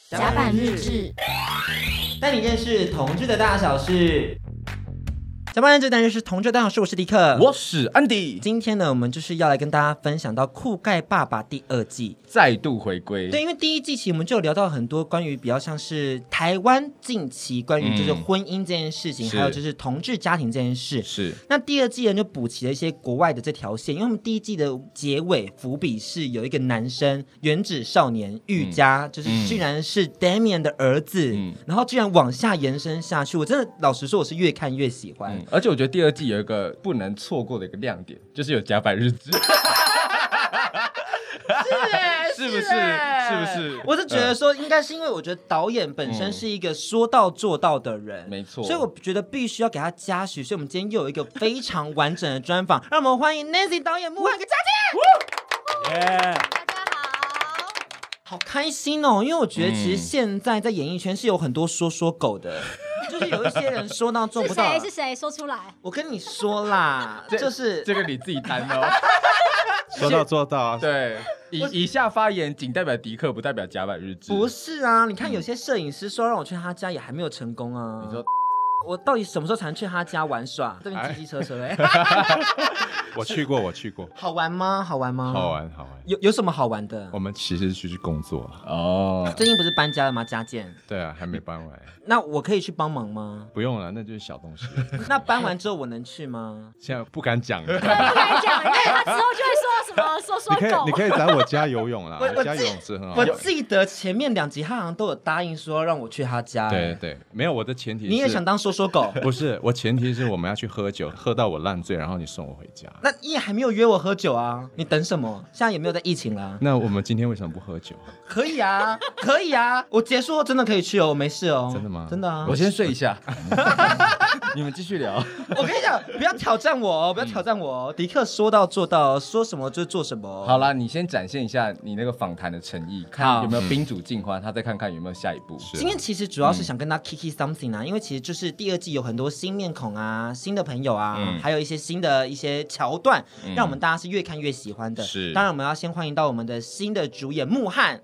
甲板日志， 带你认识同志的大小事。甲板日志，带你认识同志的大小事。我是迪克， 我是安迪。 今天呢，我们就是要来跟大家分享到《酷盖爸爸》第2季再度回归。 对，因为第1季其实我们就有聊到很多关于比较像是台湾近期关于就是婚姻这件事情，还有就是同志家庭这件事。 是。 那第2季呢就补齐了一些国外的这条线，因为我们第1季的结尾伏笔是有一个男生原子少年玉佳，就是居然是 Damian 的儿子，然后居然往下延伸下去，我真的老实说我是越看越喜欢。 而且我觉得第2季有一个不能错过的一个亮点，就是有甲板日志。是不是？是不是？ 我是觉得说，应该是因为我觉得导演本身是一个说到做到的人， 没错， 所以我觉得必须要给他嘉许。所以我们今天又有一个非常完整的专访，让我们欢迎 Nancy 导演、木汉跟佳姐。 大家好， 好开心哦！因为我觉得其实现在在演艺圈是有很多说狗的。就是有一些人说到做不到， 是谁说出来？ 我跟你说啦，就是这个你自己担哦。 说到做到啊！ 对，以下发言仅代表迪克，不代表甲板日志。 不是啊，你看有些摄影师说让我去他家，也还没有成功啊。 你说我到底什么时候才能去他家玩耍？这边叽叽车车哎。 我去过。 好玩吗？好玩吗？ 好玩。 有什么好玩的？ 我们其实去工作哦。 最近不是搬家了吗？家建。 对啊，还没搬完。 那我可以去帮忙吗？ 不用了，那就是小东西。 那搬完之后我能去吗？ 现在不敢讲。 不敢讲，因为他之后就会说什么说狗。 你可以来我家游泳啦，我家游泳池很好。 我记得前面2集他好像都有答应说让我去他家。 对，没有，我的前提是你也想当说狗？ 不是，我前提是我们要去喝酒，喝到我烂醉，然后你送我回家。 那你也还没有约我喝酒啊？你等什么？现在也没有在疫情啦。 那我们今天为什么不喝酒？ 可以啊，可以啊，我结束后真的可以去哦，我没事哦。 真的吗？ 真的啊。 我先睡一下。你们继续聊。 我跟你讲，不要挑战我哦，不要挑战我哦。迪克说到做到，说什么就做什么。 好啦，你先展现一下你那个访谈的诚意，看有没有宾主尽欢，他再看看有没有下一步。 今天其实主要是想跟他 kiki something 啊，因为其实就是第2季有很多新面孔啊、新的朋友啊，还有一些新的一些桥段，让我们大家是越看越喜欢的。 是， 当然我们要先欢迎到我们的新的主演木汉。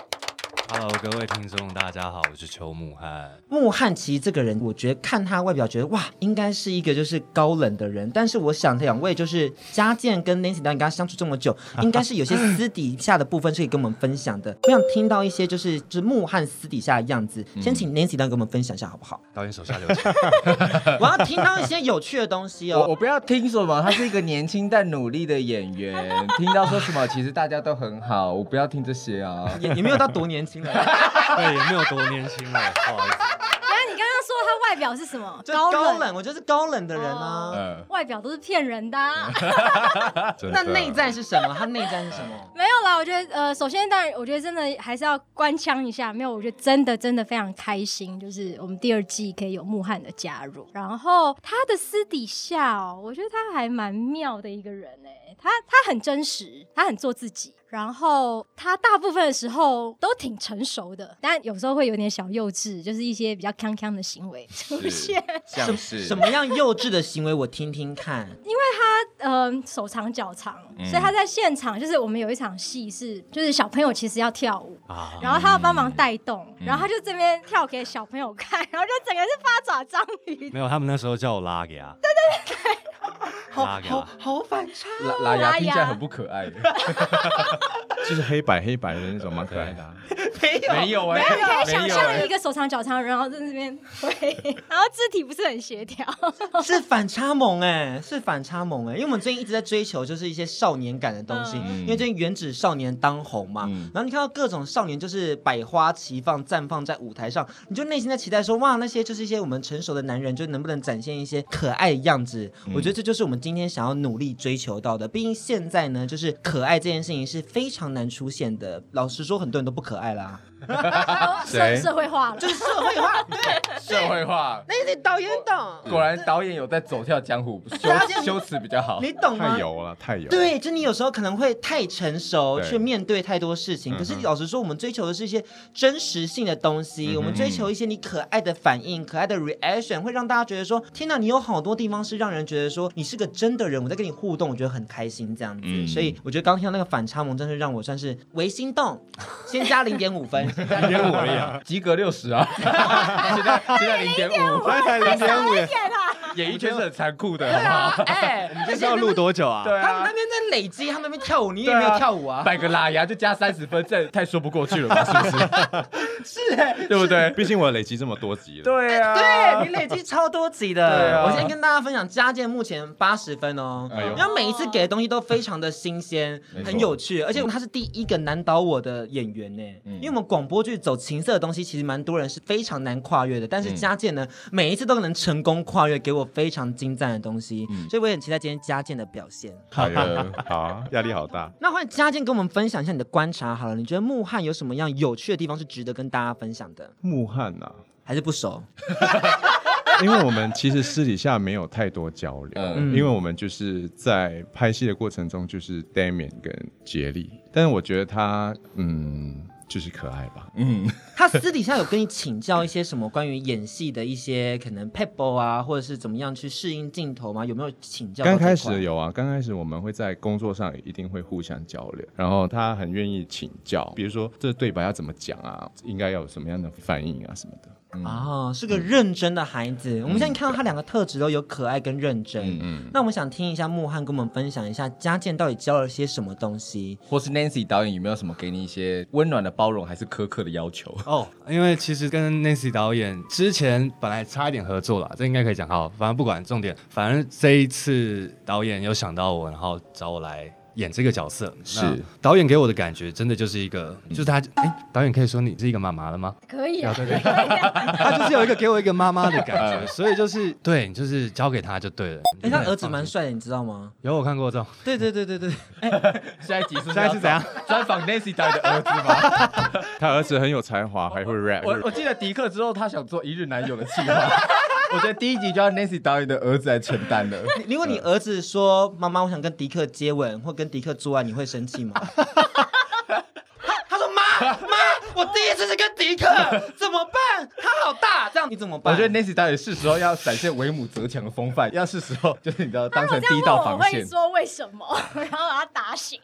Hello， 各位听众，大家好，我是邱木汉。 木汉其实这个人，我觉得看他外表，觉得哇，应该是一个就是高冷的人。但是我想2位就是佳健跟 Nancy 导演跟他相处这么久，应该是有些私底下的部分是可以跟我们分享的。我想听到一些就是木汉私底下的样子，先请 Nancy 导演跟我们分享一下好不好？ 导演手下留情。 我要听到一些有趣的东西哦。 我不要听什么，他是一个年轻但努力的演员。听到说什么，其实大家都很好，我不要听这些啊。 也没有到多年轻了。 对，也没有多年轻了，不好意思。 你刚刚说他外表是什么？ 高冷，我就是高冷的人啊。 外表都是骗人的啊。 那内在是什么？他内在是什么？ 没有啦，我觉得首先当然，我觉得真的还是要官腔一下。没有，我觉得真的非常开心，就是我们第2季可以有木汉的加入。然后他的私底下哦，我觉得他还蛮妙的一个人哎，他很真实，他很做自己。然后他大部分的时候都挺成熟的，但有时候会有点小幼稚，就是一些比较康康的行为出现。 像是什么样幼稚的行为？我听听看。 因为他手长脚长，所以他在现场就是我们有一场戏是，就是小朋友其实要跳舞，然后他要帮忙带动，然后他就这边跳给小朋友看，然后就整个是八爪章鱼。 没有，他们那时候叫我拉给他。 对。 好反差。 拉牙听起来很不可爱。 就是黑白的那种，蛮可爱的。 没有可以想象一个手长脚长，然后在那边挥，然后肢体不是很协调。 是反差萌哎，是反差萌哎，因为我们最近一直在追求就是一些少年感的东西，因为最近原子少年当红嘛，然后你看到各种少年就是百花齐放，绽放在舞台上，你就内心在期待说，哇，那些就是一些我们成熟的男人，就能不能展现一些可爱的样子？我觉得这就是我们今天想要努力追求到的。毕竟现在呢，就是可爱这件事情是非常难出现的。老实说，很多人都不可爱啦。 社会化了， 就是社会化。对， 社会化。 那你导演懂， 果然导演有在走跳江湖，修辞比较好。 你懂吗？ 太油了，太油了。 对，就你有时候可能会太成熟对去面对太多事情，可是老实说，我们追求的是一些真实性的东西，我们追求一些你可爱的反应、可爱的 reaction， 会让大家觉得说，天哪，你有好多地方是让人觉得说你是个真的人，我在跟你互动，我觉得很开心这样子。所以我觉得刚听到那个反差萌，真是让我算是微心动，先加0.5分 0.5而已啊， 及格60啊，现在0.5， 才0.5， 演艺圈是很残酷的， 对好不好？ 啊，哎， 这是要录多久啊？ 对啊他们那，边在累积，他们那边跳舞，你也没有跳舞啊？ 摆个拉牙就加30分，这太说不过去了吧？是不是？ 是哎， 对不对？ 毕竟我累积这么多集了。 对啊， 对你累积超多集的。 对啊我先跟大家分享，家健目前80分哦， 哎呦因为每一次给的东西都非常的新鲜， 没错很有趣，而且他是第一个难倒我的演员呢。因为我们广播剧走情色的东西，其实蛮多人是非常难跨越的，但是家健呢，每一次都能成功跨越，给我非常精湛的东西，所以我也很期待今天家健的表现。 好呀，好，压力好大。 那欢迎家健跟我们分享一下你的观察好了，你觉得慕汉有什么样有趣的地方是值得跟大家分享的？ 慕汉啊， 还是不熟？ 因为我们其实私底下没有太多交流，因为我们就是在拍戏的过程中就是 Damian 跟杰利，但是我觉得他就是可爱吧。 他私底下有跟你请教一些什么关于演戏的一些可能 pebble 啊，或者是怎么样去适应镜头吗？有没有请教？ 刚开始有啊，刚开始我们会在工作上一定会互相交流，然后他很愿意请教，比如说这对白要怎么讲啊，应该要有什么样的反应啊什么的。 是个认真的孩子。我们现在看到他两个特质都有可爱跟认真。那我们想听一下慕汉跟我们分享一下家健到底教了些什么东西， 或是 Nancy 导演有没有什么给你一些温暖的包容，还是苛刻的要求？ 因为其实跟 Nancy 导演之前本来差一点合作啦，这应该可以讲好。反正不管重点，反正这一次导演有想到我，然后找我来演这个角色。 是导演给我的感觉真的就是一个，就是他导演可以说你是一个妈妈了吗？ 可以啊， 对，他就是有一个给我一个妈妈的感觉，所以就是对，就是交给他就对了。 他儿子蛮帅的，你知道吗？ 有我看过这种。 对。 下一集现在是怎样？ 专访 Nancy 导演的儿子吗？ 他儿子很有才华，还会 rap。 我记得迪克之后，他想做一日男友的计划。我觉得第一集就要 Nancy 导演的儿子来承担了。 如果你儿子说妈妈，我想跟迪克接吻或跟迪克做爱，你会生气吗？他说妈，我第一次是跟迪克，怎么办？他好大，这样你怎么办？ 我觉得 Nancy 导演是时候要展现为母则强的风范，要是时候就是你知道当成第一道防线。 我会说为什么，然后把他打醒。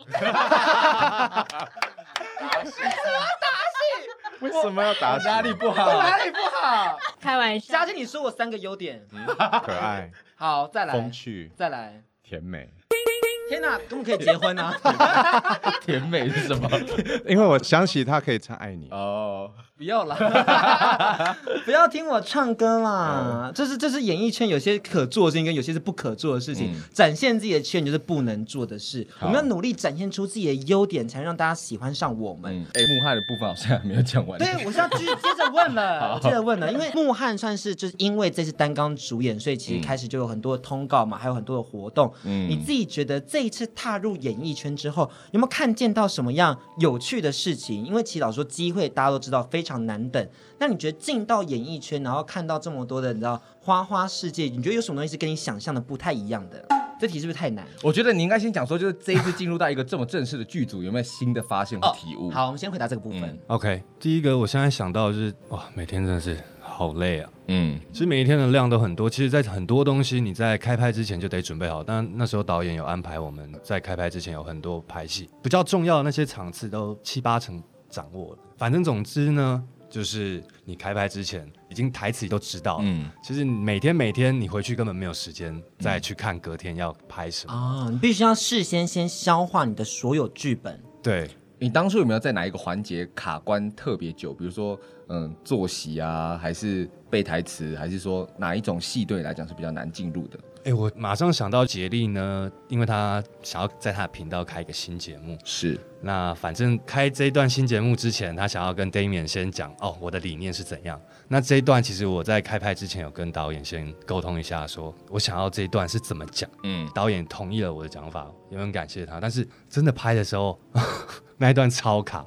为什么要打哪里不好？ 哪里不好？ 开玩笑。 家健，你说我3个优点。 可爱、 好，再来。 风趣、 再来。 甜美？ 天哪，根本可以结婚啊！ 甜美是什么？ 因为我想起他可以唱《爱你》。 不要啦，不要听我唱歌啦。这是演艺圈有些可做的事情，跟有些是不可做的事情。展现自己的缺点就是不能做的事。我们要努力展现出自己的优点，才能让大家喜欢上我们。 慕汉的部分好像还没有讲完。 对，我是要接着问了，接着问了。因为慕汉算是就是因为这次担纲主演，所以其实开始就有很多的通告嘛，还有很多的活动。你自己觉得这一次踏入演艺圈之后，有没有看见到什么样有趣的事情？因为其实老实说，机会大家都知道非常难等。那你觉得进到演艺圈，然后看到这么多的你知道花世界，你觉得有什么东西是跟你想象的不太一样的？这题是不是太难？ 我觉得你应该先讲说，就是这一次进入到一个这么正式的剧组，有没有新的发现和体悟？ 好，我们先回答这个部分。 OK， 第一个我现在想到的就是每天真的是好累啊。其实每一天的量都很多，其实在很多东西你在开拍之前就得准备好，但那时候导演有安排我们在开拍之前有很多拍戏，比较重要的那些场次都7-8成掌握了。反正总之呢，就是你开拍之前已经台词都知道了，其实每天你回去根本没有时间再去看隔天要拍什么你必须要事先消化你的所有剧本。 对， 你当初有没有在哪一个环节卡关特别久？比如说作息啊，还是背台词，还是说哪一种戏对你来讲是比较难进入的？ 我马上想到杰利呢，因为他想要在他的频道开一个新节目。 是， 那反正开这一段新节目之前，他想要跟 Damian 先讲我的理念是怎样。那这一段其实我在开拍之前有跟导演先沟通一下，说我想要这一段是怎么讲。导演同意了我的讲法，也很感谢他。但是真的拍的时候，那一段超卡的。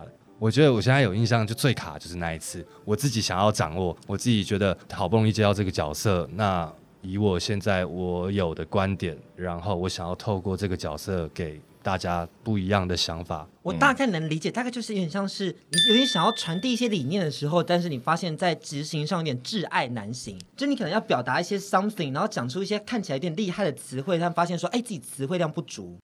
我觉得我现在有印象就最卡就是那一次，我自己想要掌握，我自己觉得好不容易接到这个角色，那以我现在我有的观点，然后我想要透过这个角色给大家不一样的想法。 我大概能理解，大概就是有点像是你有点想要传递一些理念的时候，但是你发现在执行上有点挚爱难行，就你可能要表达一些 something， 然后讲出一些看起来有点厉害的词汇，但发现说，哎，自己词汇量不足。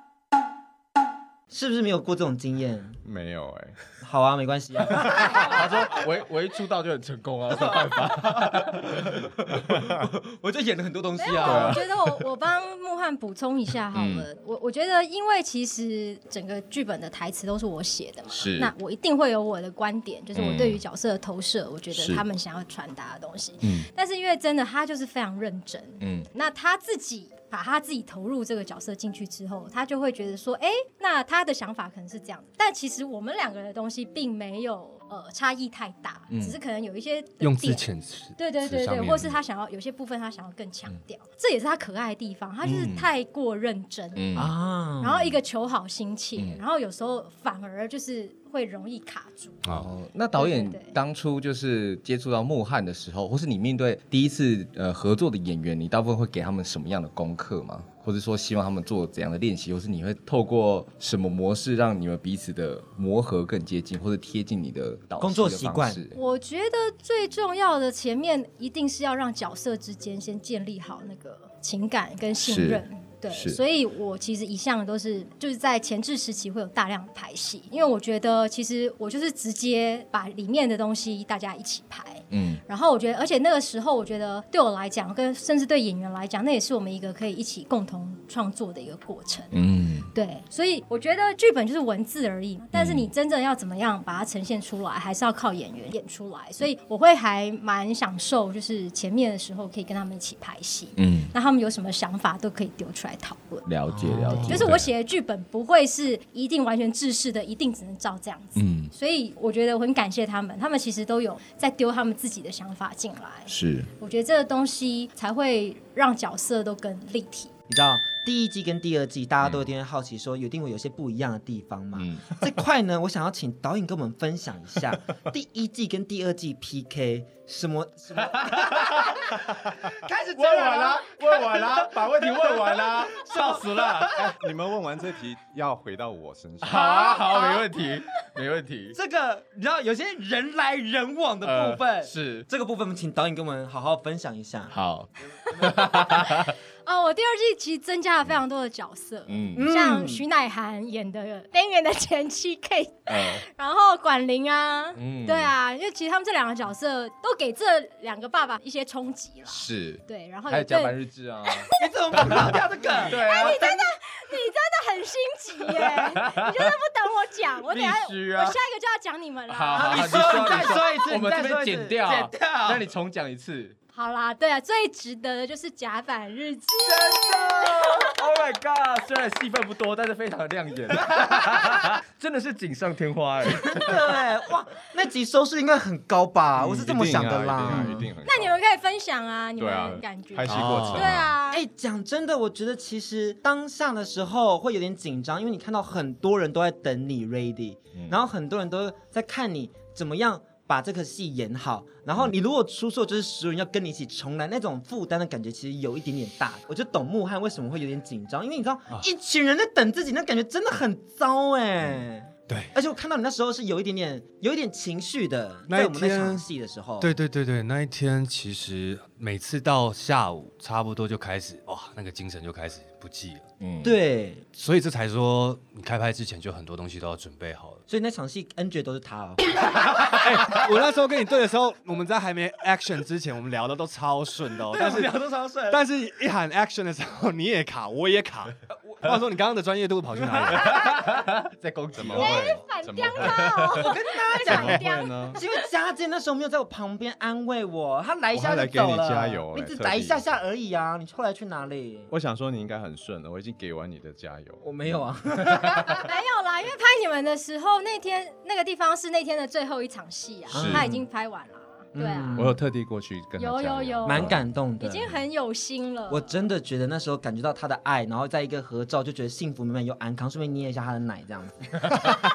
是不是没有过这种经验？ 没有哎、 好啊，没关系啊。 他说我一出道就很成功啊，有什么办法？ 我就演了很多东西没有， 啊。 我觉得我帮慕汉补充一下好了。我觉得，因为其实整个剧本的台词都是我写的嘛， 是那我一定会有我的观点，就是我对于角色的投射，我觉得他们想要传达的东西。但是因为真的他就是非常认真，那他自己把他自己投入这个角色进去之后，他就会觉得说，哎，那他的想法可能是这样，但其实我们两个的东西并没有差异太大，只是可能有一些用字遣词， 对，或是他想要有些部分他想要更强调，这也是他可爱的地方，他就是太过认真啊，然后一个求好心切，然后有时候反而就是会容易卡住。 那导演当初就是接触到慕汉的时候，或是你面对第一次合作的演员，你大部分会给他们什么样的功课吗？或者说希望他们做怎样的练习，或是你会透过什么模式让你们彼此的磨合更接近，或者贴近你的导工作习惯？ 我觉得最重要的前面一定是要让角色之间先建立好那个情感跟信任。对，所以我其实一向都是就是在前置时期会有大量的排戏，因为我觉得其实我就是直接把里面的东西大家一起排。然后我觉得，而且那个时候我觉得对我来讲，跟甚至对演员来讲，那也是我们一个可以一起共同创作的一个过程。对，所以我觉得剧本就是文字而已，但是你真正要怎么样把它呈现出来，还是要靠演员演出来。所以我会还蛮享受，就是前面的时候可以跟他们一起排戏。那他们有什么想法都可以丢出来讨论。 了解。 就是我写的剧本不会是一定完全制式的，一定只能照这样子。所以我觉得我很感谢他们，他们其实都有在丢他们自己的想法进来。 是， 我觉得这个东西才会让角色都更立体。 你知道第一季跟第二季大家都有点好奇说一定会有些不一样的地方嘛？这块呢，我想要请导演跟我们分享一下第一季跟第二季 PK 什么开始问完了，把问题问完了，笑死了。 你们问完这题要回到我身上。 好，没问题。 这个你知道有些人来人往的部分， 是这个部分，请导演跟我们好好分享一下。 好。 我第二季其实增加了非常多的角色，像徐乃涵演的边缘的前妻 Kate，然后管凌啊，对啊，因为其实他们这两个角色都给这两个爸爸一些冲击了， 是， 对，然后还有加班日志啊， 你怎么不放掉这个？ 对啊， 你真的很心急耶，你就是不等我讲，我等下我下一个就要讲你们了。 好， 你再说一次， 我们这边剪掉， 剪掉， 那你重讲一次。 好啦，对啊，最值得的就是甲板日志， 真的 ，Oh my god！ 虽然戏份不多，但是非常的亮眼，真的是锦上添花哎！ 真的哎，哇，那集收视应该很高吧？我是这么想的啦， 一定很高。 那你们可以分享啊，你们感觉拍戏过程， 对啊。 哎，讲真的，我觉得其实当下的时候会有点紧张，因为你看到很多人都在等你 ready，然后很多人都在看你怎么样把这个戏演好，然后你如果出错，就是所有人要跟你一起重来，那种负担的感觉其实有一点点大。我就懂慕汉为什么会有点紧张，因为你知道，一群人在等自己，那感觉真的很糟哎。 对， 而且我看到你那时候是有一点情绪的，在我们那场戏的时候。 对，那一天其实每次到下午差不多就开始，哇，那个精神就开始不济了。 对， 所以这才说你开拍之前就很多东西都要准备好了。 所以那场戏 N 觉都是他哦。 我那时候跟你对的时候，我们在还没 action 之前，我们聊的都超顺的哦。 但是聊都超顺， 但是一喊 action 的时候，你也卡，我也卡。话说你刚刚的专业度跑去哪里？ 在攻击吗？ 反刁他哦！ 我跟大家讲呢， 是因为嘉健那时候没有在我旁边安慰我，他来一下就走了。 我还来给你加油， 你只来一下下而已啊！你后来去哪里？ 我想说你应该很顺了，我已经给完你的加油。 我没有啊， 没有啦，因为拍你们的时候，那天那个地方是那天的最后一场戏啊，他已经拍完了。对啊， 我有特地过去跟他有， 蛮感动的， 已经很有心了。 我真的觉得那时候感觉到他的爱，然后在一个合照就觉得幸福美满又安康，顺便捏一下他的奶这样子。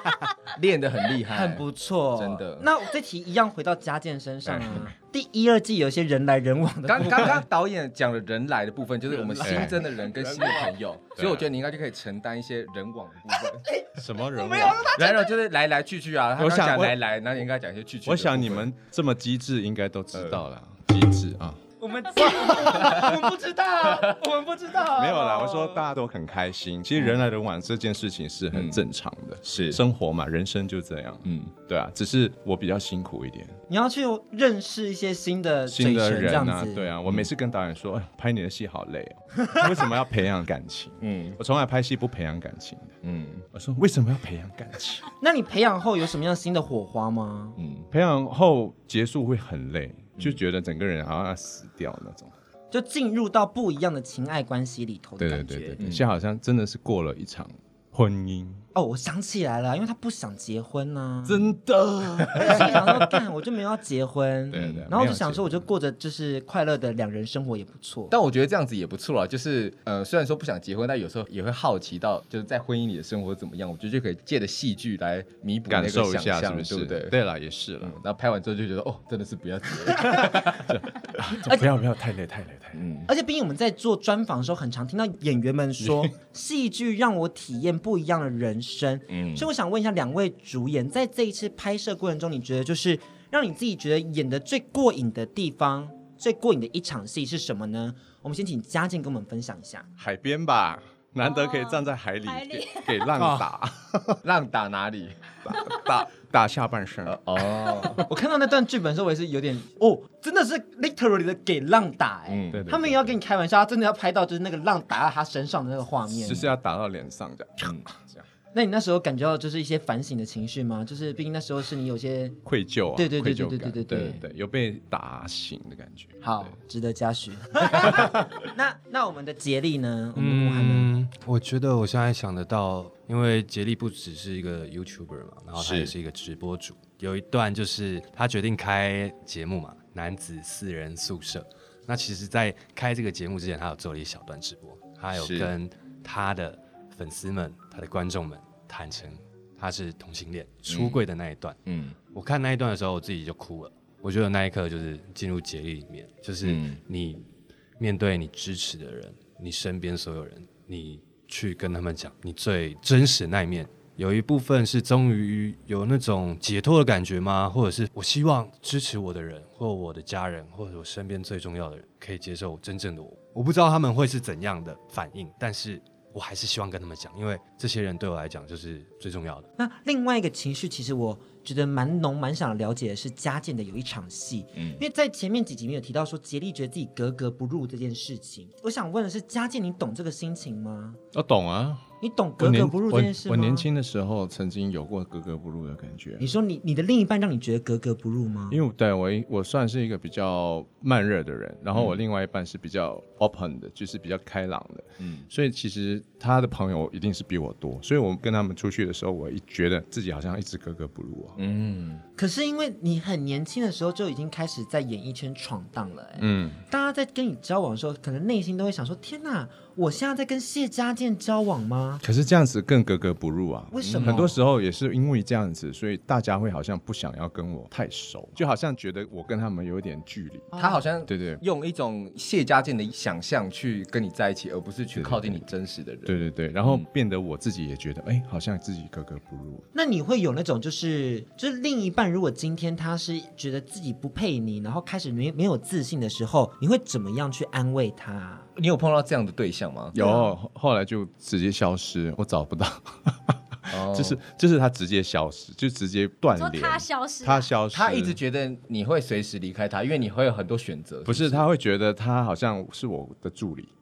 练得很厉害， 很不错， 真的。 那这题一样回到家健身上啊。第1、2季有一些人来人往的部分。 刚刚导演讲了人来的部分，就是我们新增的人跟新的朋友，所以我觉得你应该就可以承担一些人往的部分。 什么人往？ 来了就是来来去去啊。他刚讲来，那你应该讲一些去去。 我想你们这么机智，应该都知道了。机智啊！ 我们不知道，我们不知道。 没有啦，我说大家都很开心。其实人来人往这件事情是很正常的， 是生活嘛，人生就这样。对啊，只是我比较辛苦一点。 你要去认识一些新的人啊， 对啊。我每次跟导演说，拍你的戏好累哦，为什么要培养感情？我从来拍戏不培养感情的。我说为什么要培养感情？ 那你培养后有什么样新的火花吗？ 培养后结束会很累。就觉得整个人好像要死掉那种， 就进入到不一样的情爱关系里头的感觉。 对，现在好像真的是过了一场婚姻。 哦，我想起来了，因为他不想结婚啊， 真的。 心里想说，干，我就没有要结婚。 对， 然后我就想说，我就过着就是快乐的两人生活也不错。 但我觉得这样子也不错啦，就是虽然说不想结婚，但有时候也会好奇到，就是在婚姻里的生活怎么样。我觉得就可以借着戏剧来弥补那个想象，是不是？对不对？ 对啦，也是了。 然后拍完之后就觉得，真的是不要结。 不要太累。 而且毕竟我们在做专访的时候，很常听到演员们说，戏剧让我体验不一样的人生。所以我想问一下两位主演，在这一次拍摄过程中，你觉得就是让你自己觉得演得最过瘾的地方，最过瘾的一场戏是什么呢？我们先请嘉健跟我们分享一下。 海边吧，难得可以站在海里给浪打。 浪打哪里？ 打下半身。 我看到那段剧本的时候，我也是有点真的是 literally 的给浪打对， 他们也要跟你开玩笑，他真的要拍到就是那个浪打到他身上的那个画面， 就是要打到脸上这样。 那你那时候感觉到就是一些反省的情绪吗？就是毕竟那时候是你有些愧疚啊， 对， 有被打醒的感觉。 好，值得嘉许。那我们的杰利呢？我们慕汉呢？ 我觉得我现在想得到，因为杰利不只是一个 YouTuber 嘛，然后他也是一个直播主。有一段就是他决定开节目嘛，男子4人宿舍。那其实，在开这个节目之前，他有做了一小段直播，他有跟他的粉丝们、他的观众们坦诚他是同性恋出柜的那一段。我看那一段的时候，我自己就哭了。我觉得那一刻就是进入节力里面，就是你面对你支持的人，你身边所有人，你去跟他们讲你最真实的那一面。有一部分是终于有那种解脱的感觉吗？或者是我希望支持我的人，或我的家人，或者我身边最重要的人，可以接受真正的我。我不知道他们会是怎样的反应，但是我还是希望跟他们讲，因为这些人对我来讲就是最重要的。 那另外一个情绪，其实我觉得蛮浓、蛮想了解的是嘉健的有一场戏，因为在前面几集没有提到说杰利觉得自己格格不入这件事情。我想问的是，嘉健，你懂这个心情吗？ 我懂啊。 你懂格格不入这件事吗？ 我年轻的时候曾经有过格格不入的感觉。 你说你的另一半让你觉得格格不入吗？ 因为对我算是一个比较慢热的人，然后我另外一半是比较 open 的，就是比较开朗的。所以其实他的朋友一定是比我多，所以我跟他们出去的时候，我觉得自己好像一直格格不入啊。 可是因为你很年轻的时候就已经开始在演艺圈闯荡了，大家在跟你交往的时候，可能内心都会想说：天哪，我现在在跟谢嘉健交往吗？ 可是这样子更格格不入啊！ 为什么？ 很多时候也是因为这样子，所以大家会好像不想要跟我太熟，就好像觉得我跟他们有一点距离。 他好像对用一种谢嘉健的想象去跟你在一起，而不是去靠近你真实的人。 对，然后变得我自己也觉得，好像自己格格不入。 那你会有那种就是另一半，如果今天他是觉得自己不配你，然后开始没有自信的时候，你会怎么样去安慰他？ 你有碰到这样的对象吗？ 有，后来就直接消失，我找不到。就是他直接消失，就直接断联。 他消失， 他一直觉得你会随时离开他，因为你会有很多选择。 不是，他会觉得他好像是我的助理。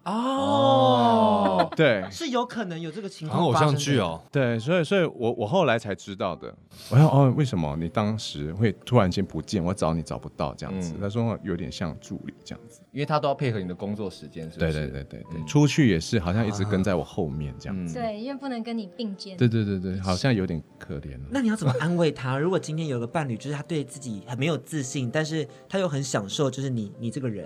对， 是有可能有这个情况偶像剧哦。 对，所以我后来才知道的。我说为什么你当时会突然间不见，我找你找不到这样子？他说有点像助理这样子， 因为他都要配合你的工作时间，是不是？ 对，出去也是好像一直跟在我后面这样子。 对，因为不能跟你并肩。 对，好像有点可怜了。 那你要怎么安慰他？如果今天有个伴侣，就是他对自己很没有自信，但是他又很享受，就是你这个人。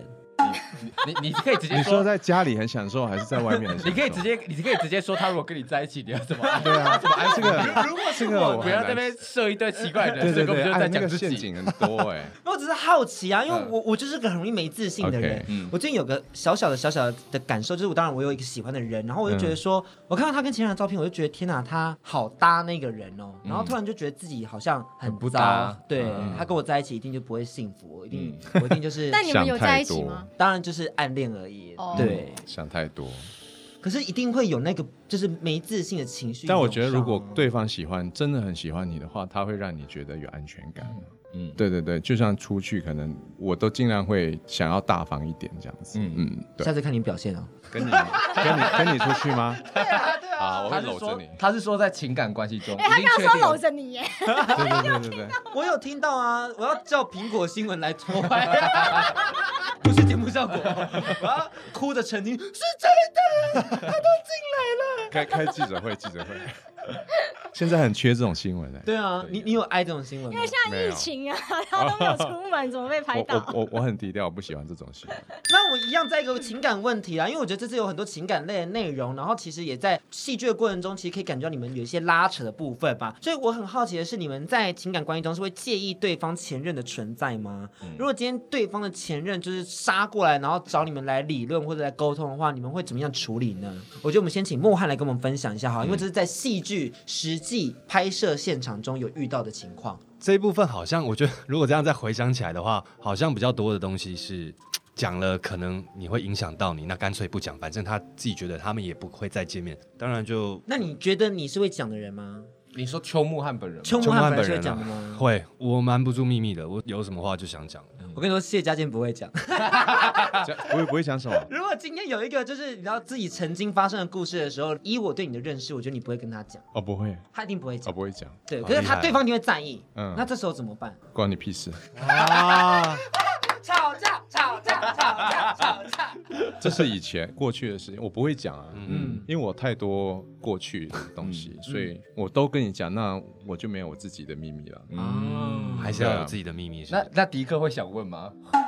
你可以直接你说在家里很享受，还是在外面很享受？ 你可以直接说他如果跟你在一起，你要怎么安？ 对啊， 怎么安？ 这个不要在那边设一堆奇怪的人， 对， 根本就在讲自己。 陷阱很多哎。 我只是好奇啊，因为我就是个很容易没自信的人。我最近有个小小的感受，就是我有一个喜欢的人，然后我就觉得说，我看到他跟其他人的照片，我就觉得天哪，他好搭那个人哦，然后突然就觉得自己好像很不糟。 搭。 对，他跟我在一起一定就不会幸福，我一定就是。 但你们有在一起吗？ 当然就是暗恋而已。对， 想太多。 可是一定会有那个就是没自信的情绪。 但我觉得如果对方真的很喜欢你的话，他会让你觉得有安全感。对，就像出去，可能我都尽量会想要大方一点这样子。对。 下次看你表现哦。 跟你出去吗？ 对啊。 好，我会搂着你。 他是说在情感关系中。 他刚刚说搂着你耶。 对。 我有听到啊，我要叫苹果新闻来拖拍。不是节目效果，我要哭着澄清，是真的，他都进来了。 开记者会。现在很缺这种新闻对啊，你有爱这种新闻吗？ 因为现在疫情啊，他都没有出门，怎么被拍到？ 我很低调，我不喜欢这种新闻。 那我一样在一个情感问题啦，因为我觉得这次有很多情感类的内容，然后其实也在戏剧的过程中，其实可以感觉到你们有一些拉扯的部分吧。所以我很好奇的是，你们在情感关系中是会介意对方前任的存在吗？如果今天对方的前任就是杀过来，然后找你们来理论或者来沟通的话，你们会怎么样处理呢？我觉得我们先请莫汉来跟我们分享一下好，因为这是在戏剧实际拍摄现场中有遇到的情况。 这一部分好像我觉得，如果这样再回想起来的话，好像比较多的东西是讲了，可能你会影响到你，那干脆不讲，反正他自己觉得他们也不会再见面，当然就…… 那你觉得你是会讲的人吗？ 你说邱木汉本人吗？ 邱木汉本人是会讲的吗？ 会，我瞒不住秘密的，我有什么话就想讲。 我跟你说，谢家健不会讲。 不会讲什么？ 如果今天有一个就是你知道自己曾经发生的故事的时候，依我对你的认识，我觉得你不会跟他讲。 不会， 他一定不会讲。 不会讲。 对，可是对方一定会在意。那这时候怎么办？ 关你屁事啊！吵架。 这是以前过去的事情，我不会讲啊。因为我太多过去的东西，所以我都跟你讲，那我就没有我自己的秘密了。 还是要有自己的秘密。 那迪克会想问吗？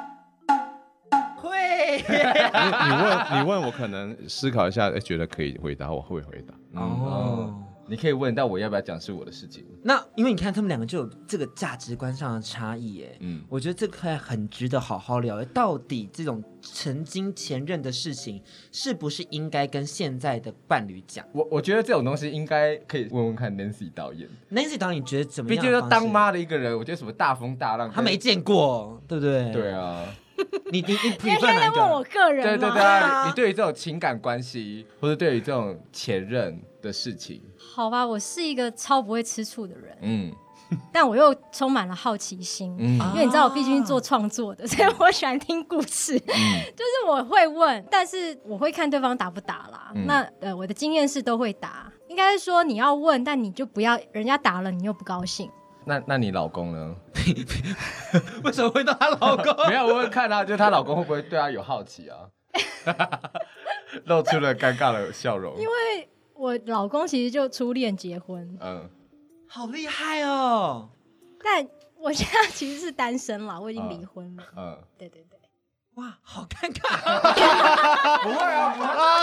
会。 你问我，可能思考一下，觉得可以回答，我会回答。 你可以问，但我要不要讲是我的事情？ 那因为你看他们两个就有这个价值观上的差异耶。我觉得这个很值得好好聊。到底这种曾经前任的事情，是不是应该跟现在的伴侣讲？ 我觉得这种东西应该可以问问看 Nancy 导演。 Nancy 导演，你觉得怎么样？ 毕竟是当妈的一个人，我觉得什么大风大浪， 他没见过，对不对？ 对啊。 你现在问我个人吗？对啊，你对于这种情感关系，或者对于这种前任的事情， 好吧，我是一个超不会吃醋的人，但我又充满了好奇心，因为你知道我毕竟是做创作的，所以我喜欢听故事，就是我会问，但是我会看对方打不打啦。那我的经验是都会打，应该是说你要问，但你就不要人家打了你又不高兴。 那你老公呢？ 为什么会到她老公？ 没有，我会看她，就她老公会不会对她有好奇啊？露出了尴尬的笑容。 因为我老公其实就初恋结婚， 好厉害哦！ 但我现在其实是单身了，我已经离婚了。对。 哇，好尴尬！ 不会啊，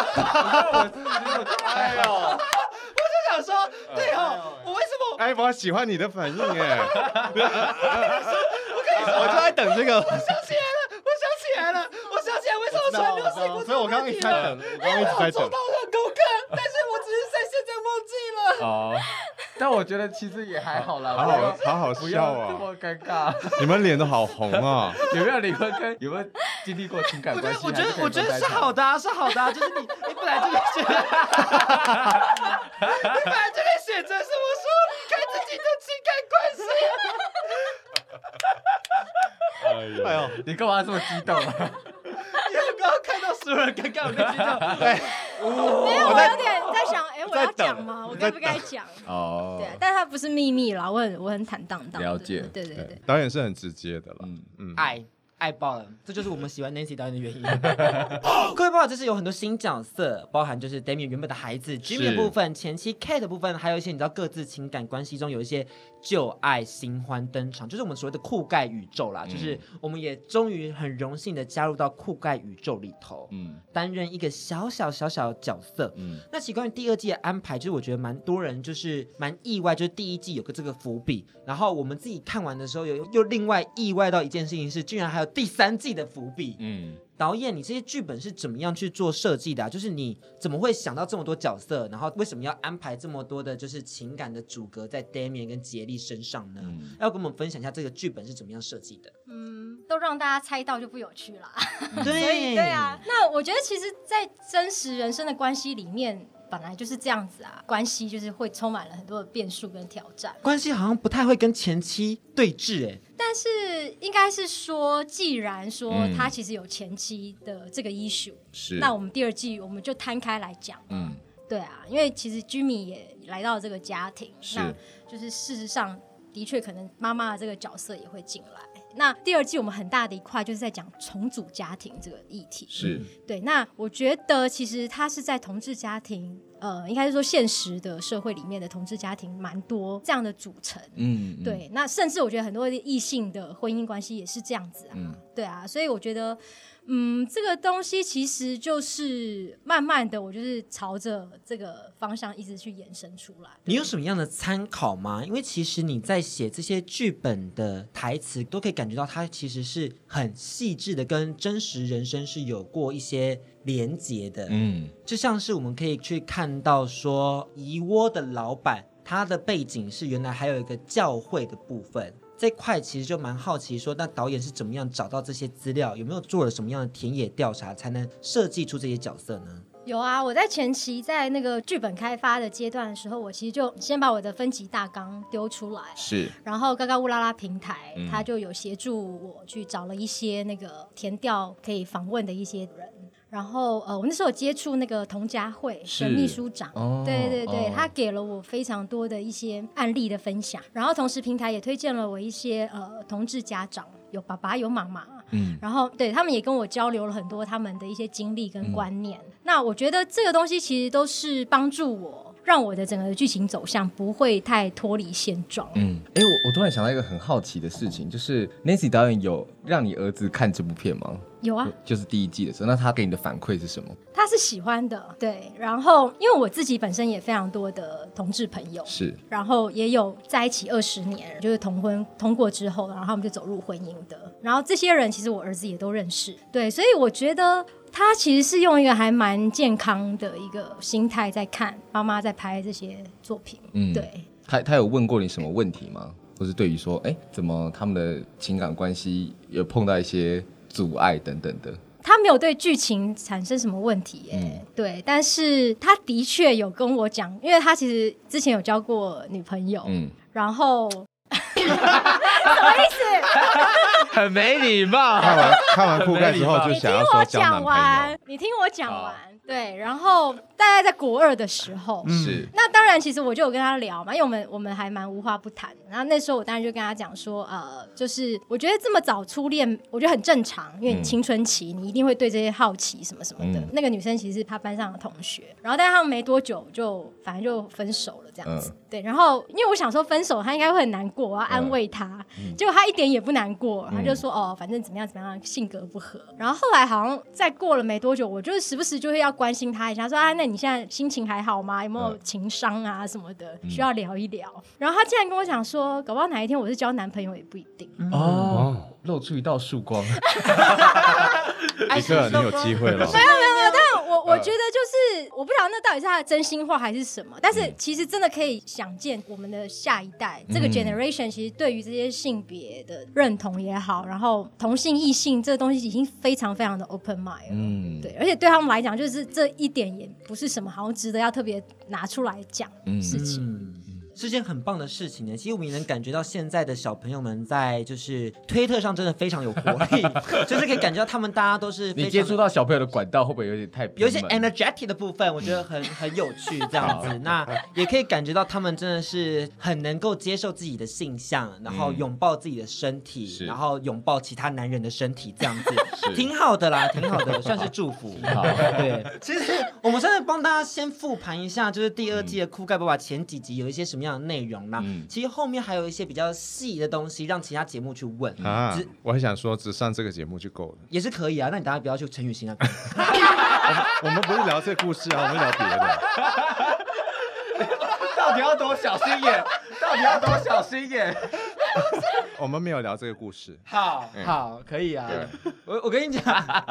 哎呦， 我就想说，对哦，我为什么？ 我喜欢你的反应哎！ 我跟你说， 我就在等这个。 我想起来了，为什么传流水不？ 所以我刚刚一直在等， 我做到很多个，但是我只是在现在忘记了。 但我觉得其实也还好啦， 好好笑啊！ 这么尴尬， 你们脸都好红啊！ 有没有离婚跟有没有经历过情感关系？ 我觉得是好的，就是你本来就可以选，你本来就可以选择什么时候离开自己的情感关系。 哎呦，你干嘛这么激动啊？ 因为我刚刚看到所有人尴尬，我就激动。 没有，我有点在想，我要讲吗？我该不该讲？对，但它不是秘密啦，我很坦荡荡。 了解， 对。 导演是很直接的啦。 爱爆了，这就是我们喜欢 Nancy 导演的原因。各位朋友，这是有很多新角色，包含就是 Damian 原本的孩子 Jimmy 的部分，前妻 Kate 的部分，还有一些你知道各自情感关系中有一些旧爱新欢登场，就是我们所谓的酷盖宇宙啦。就是我们也终于很荣幸的加入到酷盖宇宙里头，担任一个小小的角色。那其实关于第2季的安排，就是我觉得蛮多人就是蛮意外，就是第1季有个这个伏笔，然后我们自己看完的时候又另外意外到一件事情是，居然还有第3季的伏笔。导演，你这些剧本是怎么样去做设计的啊？就是你怎么会想到这么多角色，然后为什么要安排这么多的就是情感的主角在 Damian 跟杰利身上呢？要跟我们分享一下这个剧本是怎么样设计的？ 都让大家猜到就不有趣啦。 对， 所以对啊，那我觉得其实在真实人生的关系里面本来就是这样子啊，关系就是会充满了很多的变数跟挑战。 关系好像不太会跟前妻对峙但是应该是说，既然说他其实有前妻的这个 issue，那我们第2季我们就摊开来讲。对啊，因为其实 Jimmy 也来到了这个家庭，那就是事实上的确可能妈妈的这个角色也会进来。那第2季我们很大的一块就是在讲重组家庭这个议题，对。那我觉得其实他是在同志家庭，应该是说现实的社会里面的同志家庭蛮多这样的组成，对。那甚至我觉得很多异性的婚姻关系也是这样子啊，对啊。所以我觉得这个东西其实就是慢慢的，我就是朝着这个方向一直去延伸出来。 你有什么样的参考吗？因为其实你在写这些剧本的台词，都可以感觉到它其实是很细致的，跟真实人生是有过一些连结的。就像是我们可以去看到说，怡窝的老板他的背景是原来还有一个教会的部分。这块其实就蛮好奇说，那导演是怎么样找到这些资料，有没有做了什么样的田野调查，才能设计出这些角色呢？ 有啊，我在前期在那个剧本开发的阶段的时候，我其实就先把我的分级大纲丢出来，然后嘎嘎乌拉拉平台，他就有协助我去找了一些那个填调可以访问的一些人。然后我那时候有接触那个童佳慧的秘书长，对，他给了我非常多的一些案例的分享，然后同时平台也推荐了我一些同志家长，有爸爸有妈妈，然后对他们也跟我交流了很多他们的一些经历跟观念。那我觉得这个东西其实都是帮助我，让我的整个剧情走向不会太脱离现状。 我突然想到一个很好奇的事情，就是 Nancy 导演有让你儿子看这部片吗？ 有啊， 就是第1季的时候，那他给你的反馈是什么？ 他是喜欢的，对。然后因为我自己本身也非常多的同志朋友，然后也有在一起20年，就是同婚通过之后，然后他们就走入婚姻的。然后这些人其实我儿子也都认识，对。所以我觉得他其实是用一个还蛮健康的一个心态在看妈妈在拍这些作品，对。 他有问过你什么问题吗？或是对于说，怎么他们的情感关系有碰到一些阻碍等等的？ 他没有对剧情产生什么问题对，但是他的确有跟我讲，因为他其实之前有交过女朋友，然后什么意思？ 很没礼貌。 看完酷盖之后就想要说交男朋友。 你听我讲完，对，然后大概在国2的时候，那当然其实我就有跟他聊嘛，因为我们还蛮无话不谈。然后那时候我当然就跟他讲说，就是我觉得这么早初恋，我觉得很正常，因为你青春期，你一定会对这些好奇什么什么的。那个女生其实是他班上的同学，然后但是他们没多久就反正就分手了这样子。对，然后因为我想说分手他应该会很难过，我要安慰他，结果他一点也不难过，他就说反正怎么样怎么样，性格不合。然后后来好像再过了没多久，我就是时不时就会要关心他一下，说那你现在心情还好吗？有没有情伤啊什么的，需要聊一聊。然后他竟然跟我讲说，搞不好哪一天我是交男朋友也不一定。 露出一道曙光。 一个你有机会了。 没有，但我觉得就是我不晓得那到底是他的真心话还是什么，但是其实真的可以想见我们的下一代，这个 generation 其实对于这些性别的认同也好，然后同性异性这个东西已经非常非常的 open mind 了，对，而且对他们来讲，就是这一点也不是什么好像值得要特别拿出来讲的事情。 是件很棒的事情呢。其实我们也能感觉到现在的小朋友们在就是推特上真的非常有活力，就是可以感觉到他们大家都是非常。 你接触到小朋友的管道会不会有点太偏门？ 有一些 energetic 的部分，我觉得很有趣，这样子。那也可以感觉到他们真的是很能够接受自己的性向，然后拥抱自己的身体，然后拥抱其他男人的身体，这样子挺好的啦，挺好的，算是祝福。好，对，其实我们真的帮大家先复盘一下，就是第2季的酷盖爸爸前几集有一些什么样的内容啦。其实后面还有一些比较细的东西，让其他节目去问啊。我还想说，只上这个节目就够了， 也是可以啊。那你大家不要去陈雨欣那边。 我们不是聊这个故事啊，我们聊别的。 到底要多小心眼？到底要多小心眼？ 我们没有聊这个故事。 好，可以啊。我跟你讲，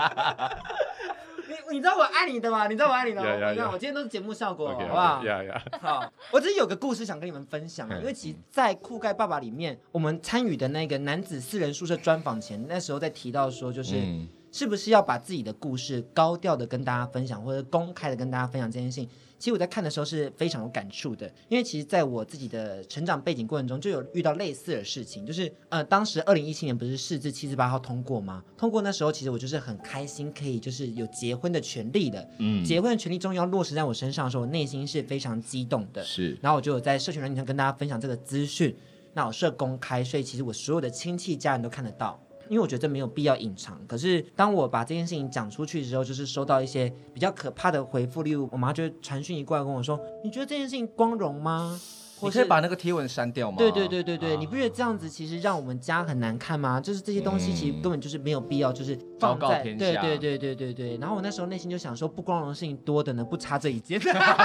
你知道我爱你的吗？你知道我爱你的吗？你看我今天都是节目效果，好不好？好，我只是有个故事想跟你们分享，因为其实，在酷盖爸爸里面，我们参与的那个男子4人宿舍专访前，那时候在提到说，就是。是不是要把自己的故事高调的跟大家分享，或者公开的跟大家分享这件事情？其实我在看的时候是非常有感触的，因为其实在我自己的成长背景过程中就有遇到类似的事情，就是当时2017年不是释字748号通过吗？通过那时候其实我就是很开心，可以就是有结婚的权利的，结婚的权利终于要落实在我身上的时候，我内心是非常激动的。是，然后我就有在社群软件上跟大家分享这个资讯，那我设公开，所以其实我所有的亲戚家人都看得到。因为我觉得这没有必要隐藏，可是当我把这件事情讲出去之后，就是收到一些比较可怕的回复，例如我妈就会传讯一过来跟我说：“你觉得这件事情光荣吗？ 你可以把那个贴文删掉吗？” 对，你不觉得这样子其实让我们家很难看吗？就是这些东西其实根本就是没有必要，就是放在对。然后我那时候内心就想说，不光荣的事情多的呢，不差这一件。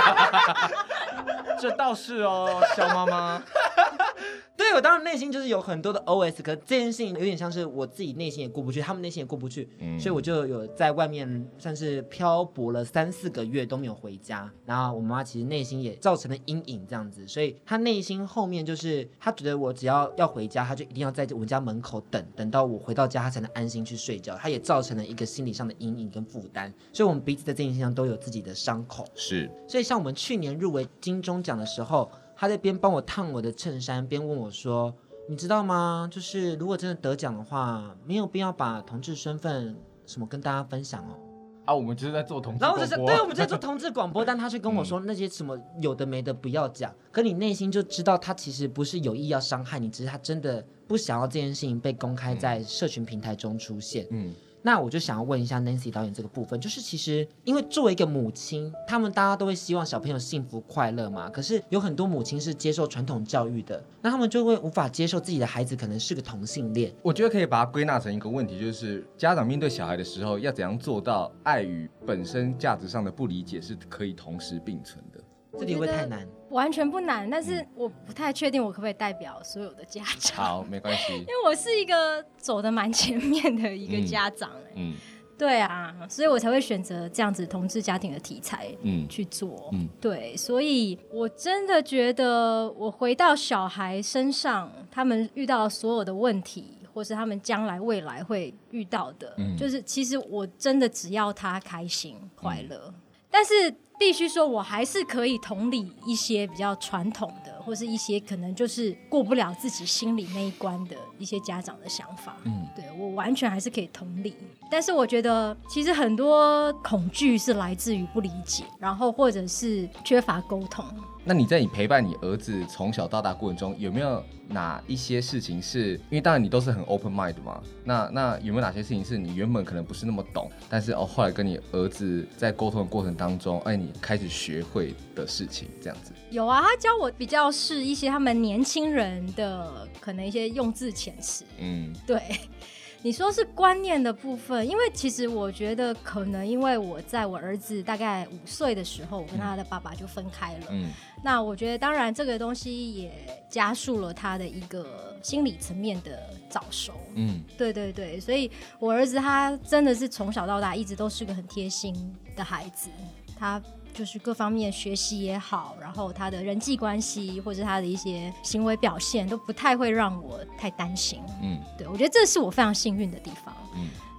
这倒是哦，肖妈妈。 对，我当然内心就是有很多的 OS， 可这件事情有点像是我自己内心也过不去，他们内心也过不去，所以我就有在外面算是漂泊了3-4个月都没有回家，然后我妈其实内心也造成了阴影这样子，所以她内心后面就是她觉得我只要回家，她就一定要在我们家门口等到我回到家，她才能安心去睡觉，她也造成了一个心理上的阴影跟负担，所以我们彼此在这件事情上都有自己的伤口。是，所以像我们去年入围金钟奖的时候，他在边帮我烫我的衬衫，边问我说：“你知道吗？就是如果真的得奖的话，没有必要把同志身份什么跟大家分享哦。” 啊，我们就是在做同志广播， 然后对，我们在做同志广播，但他却跟我说那些什么有的没的不要讲。可你内心就知道，他其实不是有意要伤害你，只是他真的不想要这件事情被公开在社群平台中出现。那我就想要问一下 Nancy 导演这个部分，就是其实因为作为一个母亲，他们大家都会希望小朋友幸福快乐嘛，可是有很多母亲是接受传统教育的，那他们就会无法接受自己的孩子可能是个同性恋。 我觉得可以把它归纳成一个问题，就是家长面对小孩的时候，要怎样做到爱与本身价值上的不理解是可以同时并存的。 这里会不会太难？ 完全不难，但是我不太确定我可不可以代表所有的家长。 好，没关系，因为我是一个走得蛮前面的一个家长。对啊，所以我才会选择这样子同志家庭的题材去做。对，所以我真的觉得我回到小孩身上，他们遇到所有的问题，或是他们将来未来会遇到的，就是其实我真的只要他开心快乐，但是必须说我还是可以同理一些比较传统的，或是一些可能就是过不了自己心里那一关的一些家长的想法。对，我完全还是可以同理，但是我觉得其实很多恐惧是来自于不理解，然后或者是缺乏沟通。 那你在你陪伴你儿子从小到大过程中，有没有哪一些事情是因为当然你都是很 open mind 嘛？那有没有哪些事情是你原本可能不是那么懂，但是后来跟你儿子在沟通的过程当中，你开始学会的事情，这样子？ 有啊，他教我比较是一些他们年轻人的可能一些用字遣词。对。你说是观念的部分，因为其实我觉得可能因为我在我儿子大概5岁的时候，我跟他的爸爸就分开了。那我觉得当然这个东西也加速了他的一个心理层面的早熟。对，所以我儿子他真的是从小到大一直都是个很贴心的孩子，他就是各方面学习也好，然后他的人际关系或者他的一些行为表现都不太会让我太担心。对，我觉得这是我非常幸运的地方。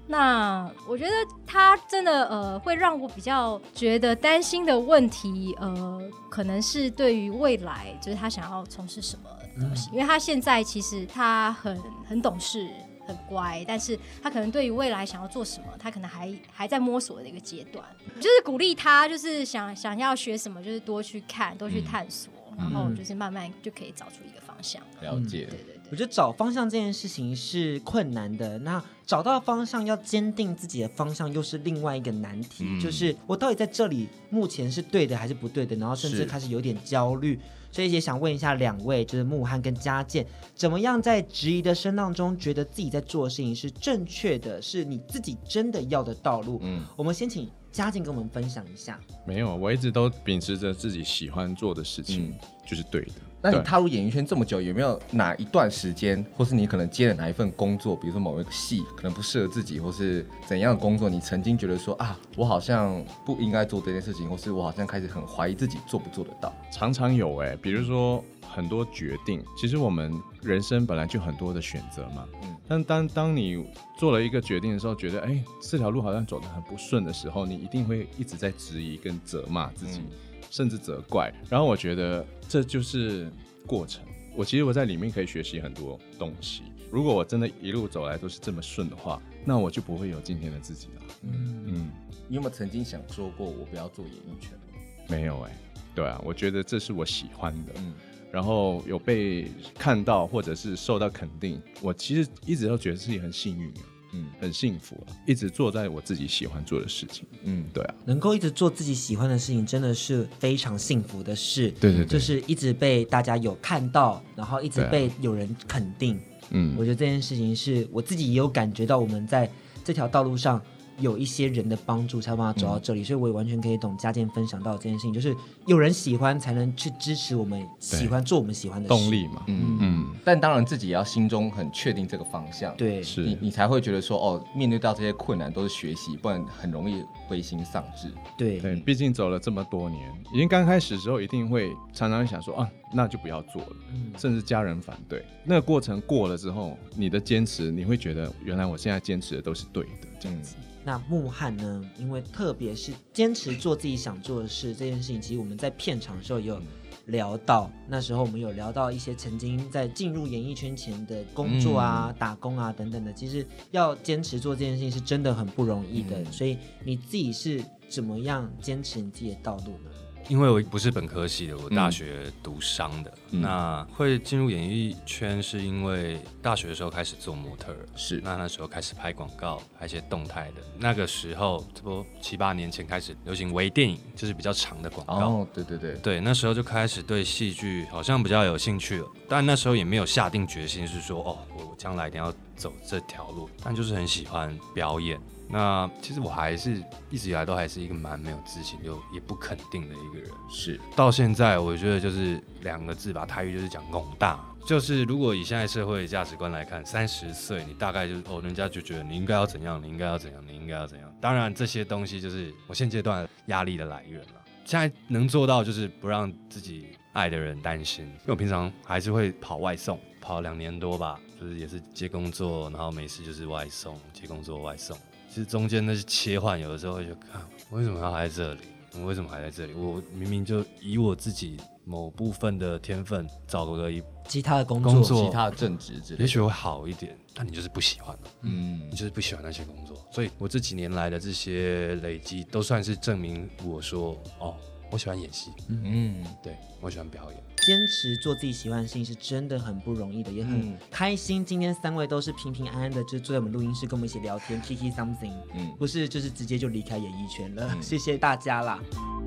那我觉得他真的会让我比较觉得担心的问题，可能是对于未来，就是他想要从事什么东西，因为他现在其实他很懂事。很乖，但是他可能对于未来想要做什么，他可能还在摸索的一个阶段。就是鼓励他，就是想要学什么，就是多去看，多去探索，然后就是慢慢就可以找出一个方向。 了解， 对。我觉得找方向这件事情是困难的，那找到方向要坚定自己的方向又是另外一个难题，就是我到底在这里目前是对的还是不对的，然后甚至开始有点焦虑。所以也想问一下两位，就是慕翰跟嘉健，怎么样在质疑的声浪中，觉得自己在做的事情是正确的，是你自己真的要的道路？我们先请嘉健跟我们分享一下。 没有，我一直都秉持着自己喜欢做的事情，就是对的。 那你踏入演艺圈这么久，有没有哪一段时间，或是你可能接了哪一份工作，比如说某一个戏可能不适合自己，或是怎样的工作，你曾经觉得说啊，我好像不应该做这件事情，或是我好像开始很怀疑自己做不做得到？ 常常有比如说很多决定，其实我们人生本来就很多的选择嘛，但当你做了一个决定的时候，觉得这条路好像走得很不顺的时候，你一定会一直在质疑跟责骂自己，甚至责怪。然后我觉得这就是过程。其实我在里面可以学习很多东西。如果我真的一路走来都是这么顺的话，那我就不会有今天的自己了。 你有没有曾经想说过我不要做演艺圈？ 没有对啊，我觉得这是我喜欢的。然后有被看到或者是受到肯定，我其实一直都觉得自己很幸运，很幸福，一直做在我自己喜欢做的事情。对啊， 能够一直做自己喜欢的事情，真的是非常幸福的事。 对， 就是一直被大家有看到，然后一直被有人肯定。我觉得这件事情是我自己也有感觉到，我们在这条道路上有一些人的帮助才有办法走到这里，所以我也完全可以懂嘉健分享到这件事情，就是有人喜欢才能去支持我们喜欢做我们喜欢的事， 动力嘛。 但当然自己也要心中很确定这个方向， 对， 是你才会觉得说面对到这些困难都是学习，不然很容易灰心丧志。 对， 毕竟走了这么多年，已经刚开始的时候一定会常常想说那就不要做了，甚至家人反对。那个过程过了之后，你的坚持，你会觉得原来我现在坚持的都是对的，这样子。 那慕翰呢？因为特别是坚持做自己想做的事这件事情，其实我们在片场的时候也有聊到，那时候我们有聊到一些曾经在进入演艺圈前的工作啊、打工啊等等的，其实要坚持做这件事情是真的很不容易的。所以你自己是怎么样坚持你自己的道路呢？ 因为我不是本科系的，我大学读商的。那会进入演艺圈是因为大学的时候开始做模特，是那时候开始拍广告，拍一些动态的。那个时候差不多7、8年前开始流行微电影，就是比较长的广告。对，那时候就开始对戏剧好像比较有兴趣了，但那时候也没有下定决心是说我将来一定要走这条路，但就是很喜欢表演。那其实我还是一直以来都还是一个蛮没有自信又也不肯定的一个人，是到现在我觉得就是2个字吧，台语就是讲懵大，就是如果以现在社会价值观来看，30岁你大概就是人家就觉得你应该要怎样，你应该要怎样，你应该要怎样。当然这些东西就是我现阶段压力的来源了。现在能做到就是不让自己爱的人担心，因为我平常还是会跑外送，跑2年多吧，就是也是接工作，然后没事就是外送，接工作外送。其实中间那些切换，有的时候会就看为什么要还在这里？我为什么还在这里？我明明就以我自己某部分的天分找个其他的工作、 其他的正职之类的， 也许会好一点。但你就是不喜欢你就是不喜欢那些工作。所以我这几年来的这些累积，都算是证明我说我喜欢演戏。对，我喜欢表演。 坚持做自己喜欢的事情是真的很不容易的，也很开心。今天3位都是平平安安的，就坐在我们录音室跟我们一起聊天 ，Kiki something，不是就是直接就离开演艺圈了。谢谢大家啦。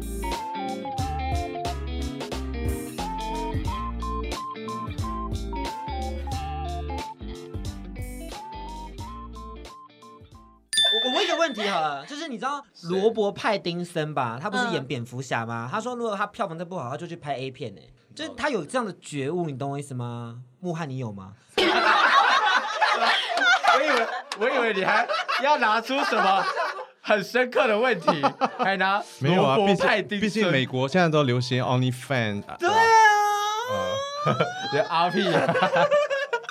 我问一个问题好了，就是你知道罗伯·派丁森吧？他不是演蝙蝠侠吗？他说如果他票房再不好，他就去拍 A 片就是他有这样的觉悟，你懂我意思吗？慕翰，你有吗？ 我以为你还要拿出什么很深刻的问题，还拿没有啊？毕竟美国现在都流行 OnlyFans。 对啊， RP。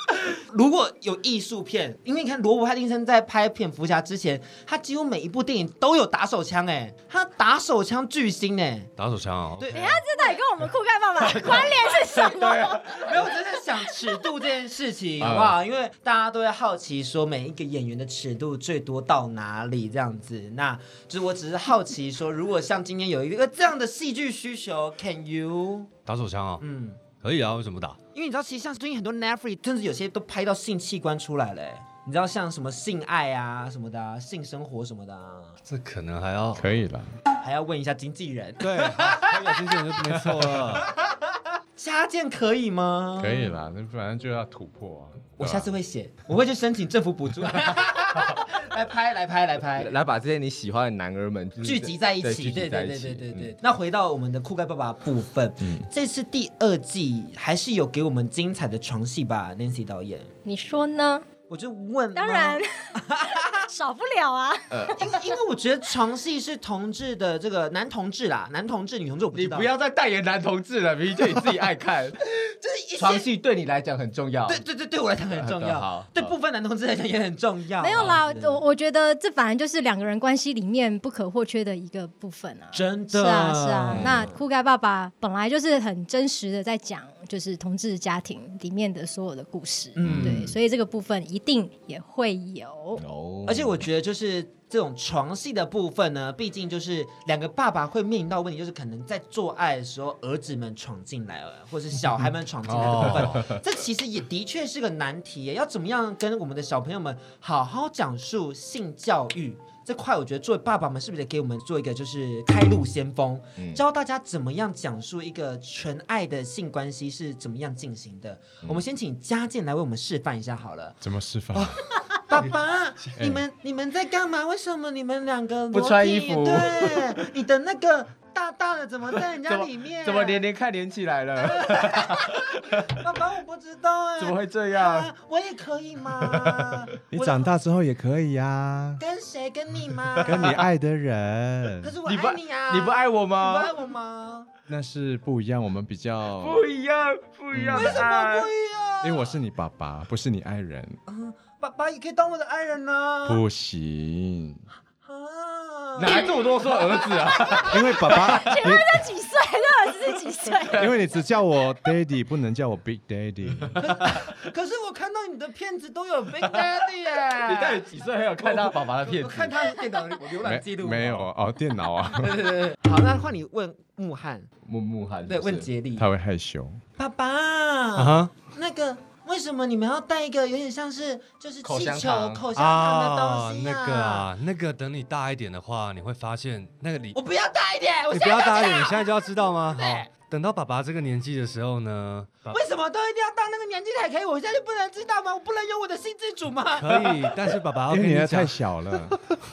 如果有艺术片，因为你看罗伯·派丁森在拍蝙蝠侠之前，他几乎每一部电影都有打手枪，他打手枪巨星， 打手枪哦。 对， 等一下这到底跟我们酷盖爸爸的关联是什么？ 没有，我只是在想尺度这件事情，好不好？因为大家都会好奇说每一个演员的尺度最多到哪里这样子，那就是我只是好奇说，如果像今天有一个这样的戏剧需求 ，Can you 打手枪啊？可以啊，为什么不打？ 因为你知道，其实像最近很多 Netflix 甚至有些都拍到性器官出来了，你知道像什么性爱啊什么的，性生活什么的， 这可能还要可以了， 还要问一下经纪人。 对，有经纪人就没错了。 家健可以吗？ 可以啦，那反正就要突破啊。 我下次会写，我会去申请政府补助，来拍， 来把这些你喜欢的男儿们聚集在一起。对。那回到我们的酷盖爸爸部分，这次第2季还是有给我们精彩的床戏吧 ，Nancy 导演， 你说呢？ 我就问， 当然少不了啊。 因为我觉得床戏是同志的这个男同志啦，男同志、女同志我不知道。 你不要再代言男同志了，明明就你自己爱看。 就是床戏对你来讲很重要。 对我来讲很重要，对部分男同志来讲也很重要。 没有啦，我觉得这反正就是2个人关系里面不可或缺的一个部分啊。 真的。 是啊。那酷盖爸爸本来就是很真实的在讲，就是同志家庭里面的所有的故事。对，所以这个部分一定也会有。 而且我觉得就是这种床戏的部分呢，毕竟就是2个爸爸会面临到问题，就是可能在做爱的时候，儿子们闯进来了，或是小孩们闯进来的部分，这其实也的确是个难题耶。要怎么样跟我们的小朋友们好好讲述性教育这块？我觉得作为爸爸们是不是得给我们做一个就是开路先锋，教大家怎么样讲述一个纯爱的性关系是怎么样进行的？我们先请家健来为我们示范一下好了。 怎么示范？ 爸爸，你们在干嘛？为什么你们2个不穿衣服？ 对，你的那个大大的怎么在人家里面？ 怎么连看连起来了？ 爸爸，我不知道怎么会这样？ 我也可以吗？ 你长大之后也可以呀。 跟谁？跟你吗？ 跟你爱的人。 可是我爱你啊！ 你不爱我吗？ 你不爱我吗？ 那是不一样，我们比较不一样。 为什么不一样？ 因为我是你爸爸，不是你爱人。 爸爸也可以当我的爱人呢。 不行。 哪来这么多说儿子啊？ 因为爸爸， 请问这几岁？这儿子是几岁？ 因为你只叫我 Daddy， 不能叫我 Big Daddy。 可是我看到你的片子都有 Big Daddy 耶。 你到底几岁还有看到爸爸的片子？ 我看他的电脑浏览记录。 没有哦，电脑啊。 对。好，那换你问慕翰。 慕翰。 对，问杰利。 他会害羞。 爸爸，那个。为什么你们要带一个有点像是就是气球口香糖的东西那个等你大一点的话，你会发现那个里。 我不要大一点， 你不要大一点，你现在就要知道吗？好，等到爸爸这个年纪的时候呢， 为什么都一定要到那个年纪才可以？我现在就不能知道吗？我不能有我的性自主吗？ 可以，但是爸爸要跟你讲，因为你太小了。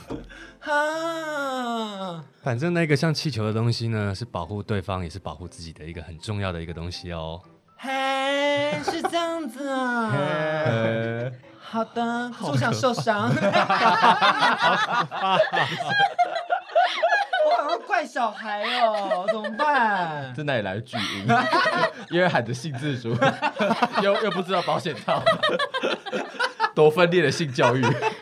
反正那个像气球的东西呢，是保护对方，也是保护自己的一个很重要的一个东西哦。 嘿，是这样子啊。好的，可是我想受伤。我好像怪小孩哦，怎么办？ 这哪里来的巨婴？因为喊着性自主，又不知道保险套，多分裂的性教育。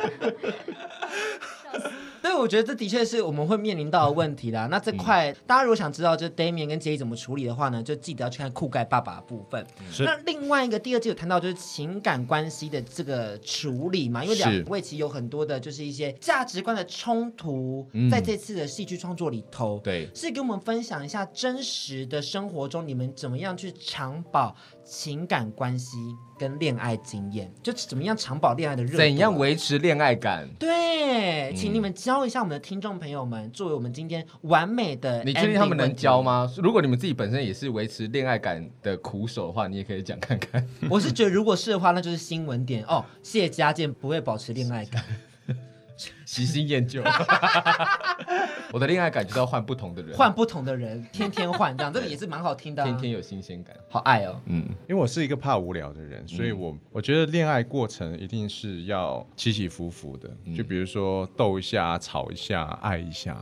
对，我觉得这的确是我们会面临到的问题啦。那这块大家如果想知道就是 Damian 跟杰伊怎么处理的话呢，就记得要去看酷盖爸爸的部分。那另外一个第2季有谈到就是情感关系的这个处理嘛，因为2位其实有很多的就是一些价值观的冲突，在这次的戏剧创作里头， 对， 是跟我们分享一下真实的生活中你们怎么样去长保情感关系跟恋爱经验，就怎么样长保恋爱的热度， 怎样维持恋爱感？ 对，请你们教一下我们的听众朋友们，作为我们今天完美的 ending。 你确定他们能教吗？如果你们自己本身也是维持恋爱感的苦手的话，你也可以讲看看。 我是觉得如果是的话，那就是新闻点哦。谢家健不会保持恋爱感。 喜新厌旧，我的恋爱感就是要换不同的人， 换不同的人，天天换，这样这个也是蛮好听的、 天天有新鲜感， 好爱哦。 因为我是一个怕无聊的人，所以我觉得恋爱过程一定是要起起伏伏的，就比如说斗一下、吵一下、爱一下。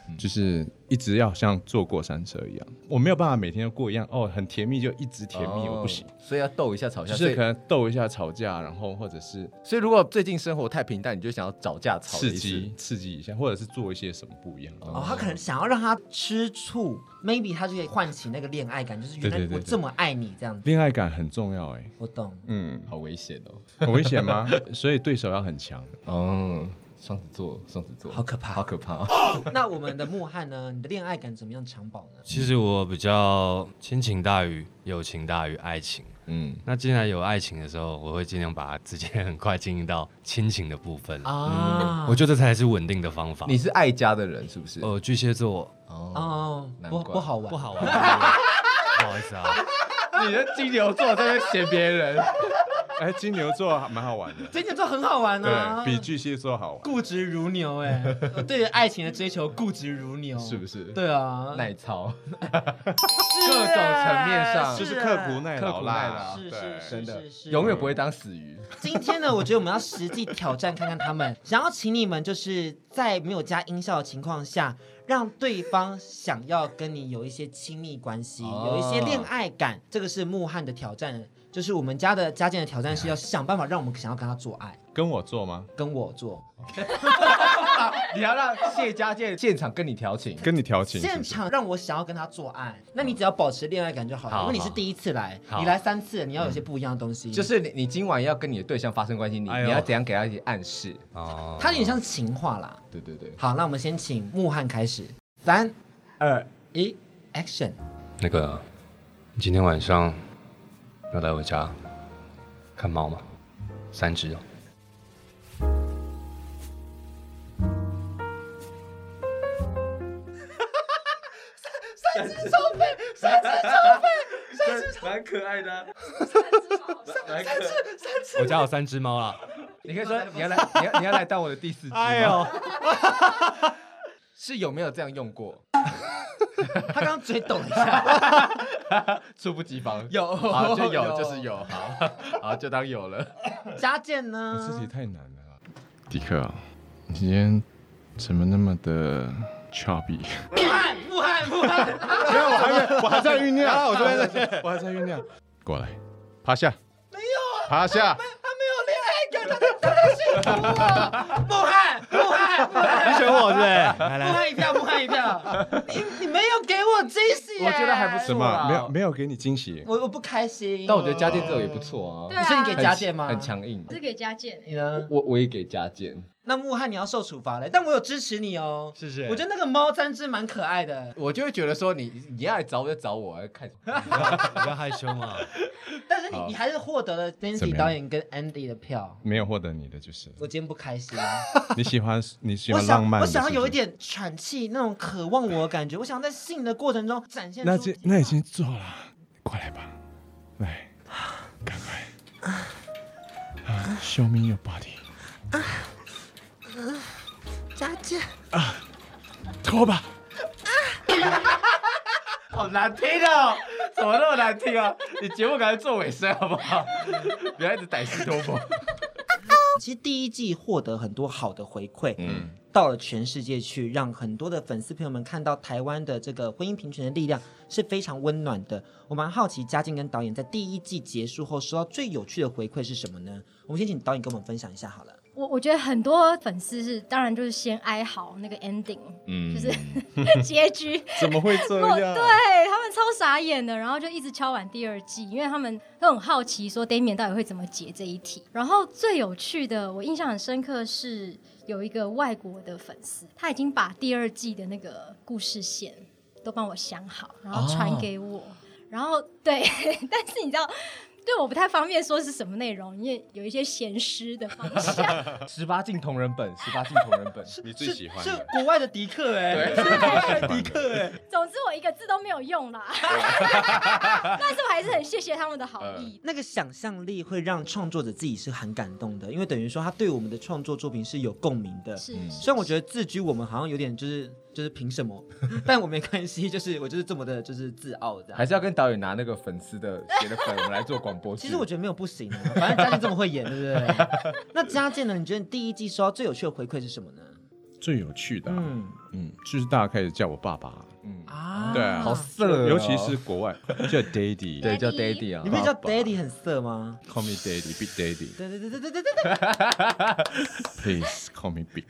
就是一直要像坐过山车一样，我没有办法每天都过一样很甜蜜就一直甜蜜，我不行， 所以要斗一下吵架， 就是可能斗一下吵架，然后或者是， 所以如果最近生活太平淡，你就想要找架吵刺激一下，或者是做一些什么不一样的。 他可能想要让他吃醋 ，maybe 他就可以唤起那个恋爱感，就是原来我这么爱你这样子。 恋爱感很重要我懂。 好危险哦， 很危险吗？所以对手要很强。 双子座， 好可怕， 好可怕。 那我们的慕汉呢？你的恋爱感怎么样长保呢？ 其实我比较亲情大于友情大于爱情。那既然有爱情的时候，我会尽量把它直接很快进行到亲情的部分啊。我觉得这才是稳定的方法。 你是爱家的人是不是？ 巨蟹座不好玩， 不好意思啊。 你的金牛座在那嫌别人。 金牛座蛮好玩的， 金牛座很好玩啊， 对，比巨蟹座好玩， 固执如牛对于爱情的追求固执如牛， 是不是？ 对啊， 耐操，各种层面上就是刻苦耐劳啦， 是真的，永远不会当死鱼。 今天呢，我觉得我们要实际挑战看看他们，想要请你们就是在没有加音效的情况下，让对方想要跟你有一些亲密关系，有一些恋爱感，这个是慕汉的挑战。就是我们家的家健的挑战是要想办法让我们想要跟他做爱。 跟我做吗？ 跟我做。 你要让谢家健现场跟你调情， 现场让我想要跟他做爱。那你只要保持恋爱感就好了，因为你是第一次来，你来3次，你要有些不一样的东西。 就是你今晚要跟你的对象发生关系，你要怎样给他一些暗示？ 他有点像情话啦。 对。 好，那我们先请慕汉开始，3、2、1 ，Action。 那个，今天晚上要来我家看猫吗？3只哦。 3只超废， 蛮可爱的。 我家有3只猫啦。 你可以说你要来当我的第4只。哎呦，是有没有这样用过？ 他刚刚嘴抖一下， 猝不及防。 有， 好就有，就是有，好就当有了。 家健呢？ 这题太难了。迪克啊，你今天怎么那么的 chubby？ 慕汉， 没有，我还在酝酿，我还在酝酿。过来，趴下。 没有啊， 趴下。 他没有恋爱感，他太辛苦了。慕汉， 你选我是不是？ 慕汉一票。你没有给我惊喜， 我觉得还不错。 什么？没有给你惊喜？ 我不开心。 但我觉得家健这种也不错啊。 你说你给家健吗？ 很强硬。 是给家健。 你呢？ 我也给家健。 那慕汉你要受处罚嘞，但我有支持你哦。 谢谢。 我觉得那个猫3只蛮可爱的。 我就会觉得说你要来找我就找我，看你不要害羞嘛。 但是你还是获得了 Nancy 导演跟 Andy 的票。 没有获得你的就是。 我今天不开心。 你喜欢浪漫的。 我想要有一点喘气，那种渴望我的感觉。我想在性的过程中展现出。 那已经做了，快来吧，来，赶快。Show me your body。 家健脱吧。 好难听哦，怎么那么难听啊？你节目赶快做尾声好不好？不要一直歹戏拖棚。 其实第1季获得很多好的回馈，到了全世界去，让很多的粉丝朋友们看到台湾的这个婚姻平权的力量是非常温暖的。我蛮好奇家健跟导演在第1季结束后收到最有趣的回馈是什么呢？我们先请导演跟我们分享一下好了。 我觉得很多粉丝是，当然就是先哀嚎那个 ending，就是结局。 怎么会这样？ 对，他们超傻眼的，然后就一直敲碗第2季，因为他们都很好奇说 Damian 到底会怎么解这一题。然后最有趣的，我印象很深刻是有一个外国的粉丝，他已经把第2季的那个故事线都帮我想好，然后传给我。然后对，但是你知道。对，我不太方便说是什么内容，因为有一些咸湿的方向。 18禁同人本， 你最喜欢的是国外的迪克对， 是国外的迪克总之我一个字都没有用啦，但是我还是很谢谢他们的好意。 那个想象力会让创作者自己是很感动的，因为等于说他对我们的创作作品是有共鸣的。 是， 虽然我觉得自居我们好像有点就是凭什么，但我没关系，就是我就是这么的，就是自傲这样。 还是要跟导演拿那个粉丝的写的本，我们来做广播剧。 其实我觉得没有不行啊，反正家健这么会演，对不对？那家健呢？你觉得你第1季收到最有趣的回馈是什么呢？ 最有趣的，就是大家开始叫我爸爸，对啊， 好色， 尤其是国外叫 Daddy， 对，叫 Daddy 啊， 你不是叫 Daddy 很色吗 ？Call me Daddy，Big Daddy。 对 Please call me Big。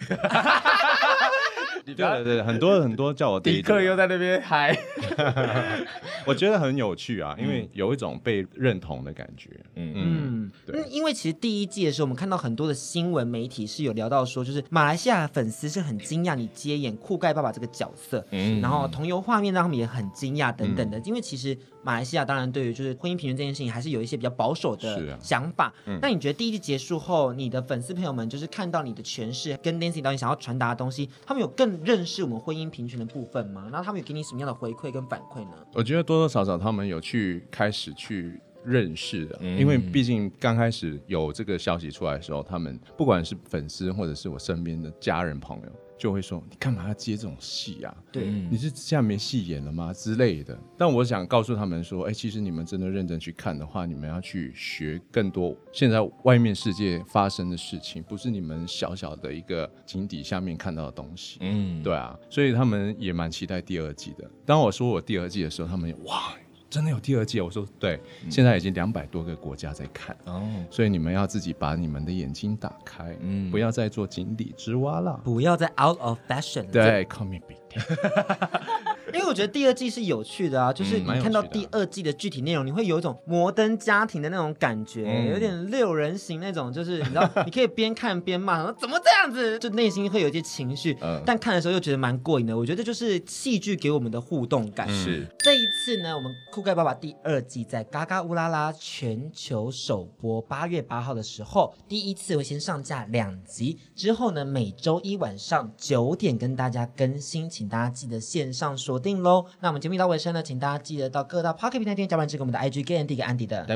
对，很多叫我 Daddy。 迪克又在那边嗨， 我觉得很有趣啊，因为有一种被认同的感觉。 对，因为其实第一季的时候，我们看到很多的新闻媒体是有聊到说，就是马来西亚的粉丝是很惊讶你接演酷盖爸爸这个角色，然后同游画面让他们也很惊讶等等的。因为其实马来西亚当然对于就是婚姻平权这件事情还是有一些比较保守的想法。那你觉得第一季结束后，你的粉丝朋友们就是看到你的诠释跟 Nancy 导演想要传达的东西，他们有更认识我们婚姻平权的部分吗？然后他们有给你什么样的回馈跟反馈呢？ 我觉得多多少少他们有开始去认识的，因为毕竟刚开始有这个消息出来的时候，他们不管是粉丝或者是我身边的家人朋友，就会说你干嘛要接这种戏啊？ 对， 你是现在没戏演了吗之类的。但我想告诉他们说，其实你们真的认真去看的话，你们要去学更多现在外面世界发生的事情，不是你们小小的一个井底下面看到的东西。对啊，所以他们也蛮期待第二季的。当我说我第二季的时候，他们哇，真的有第二季？我说对，现在已经200多个国家在看，所以你们要自己把你们的眼睛打开，不要再做井底之蛙了， 不要再 out of fashion 了。 对 ，call me big。 因为我觉得第二季是有趣的啊，就是你看到第二季的具体内容，你会有一种摩登家庭的那种感觉，有点6人行那种，就是你知道，你可以边看边骂，说怎么这样子，就内心会有一些情绪，但看的时候又觉得蛮过瘾的。我觉得就是戏剧给我们的互动感。 是这一次呢，我们酷盖爸爸第2季在嘎嘎乌拉拉全球首播8月8号的时候，第一次会先上架2集，之后呢每周一晚上9点跟大家更新，请大家记得线上锁定咯。那我们节目到尾声呢，请大家记得到各大 Pocket 平台添加关注我们的 IG 跟 Andy 跟 Andy 的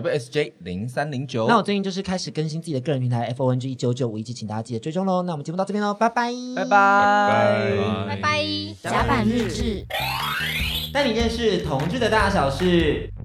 WSJ0309。 那我最近就是开始更新自己的个人平台 FONG19951，请大家记得追踪咯。那我们节目到这边咯，拜拜， 拜拜， 拜拜，甲板日志， 带你认识同志的大小事。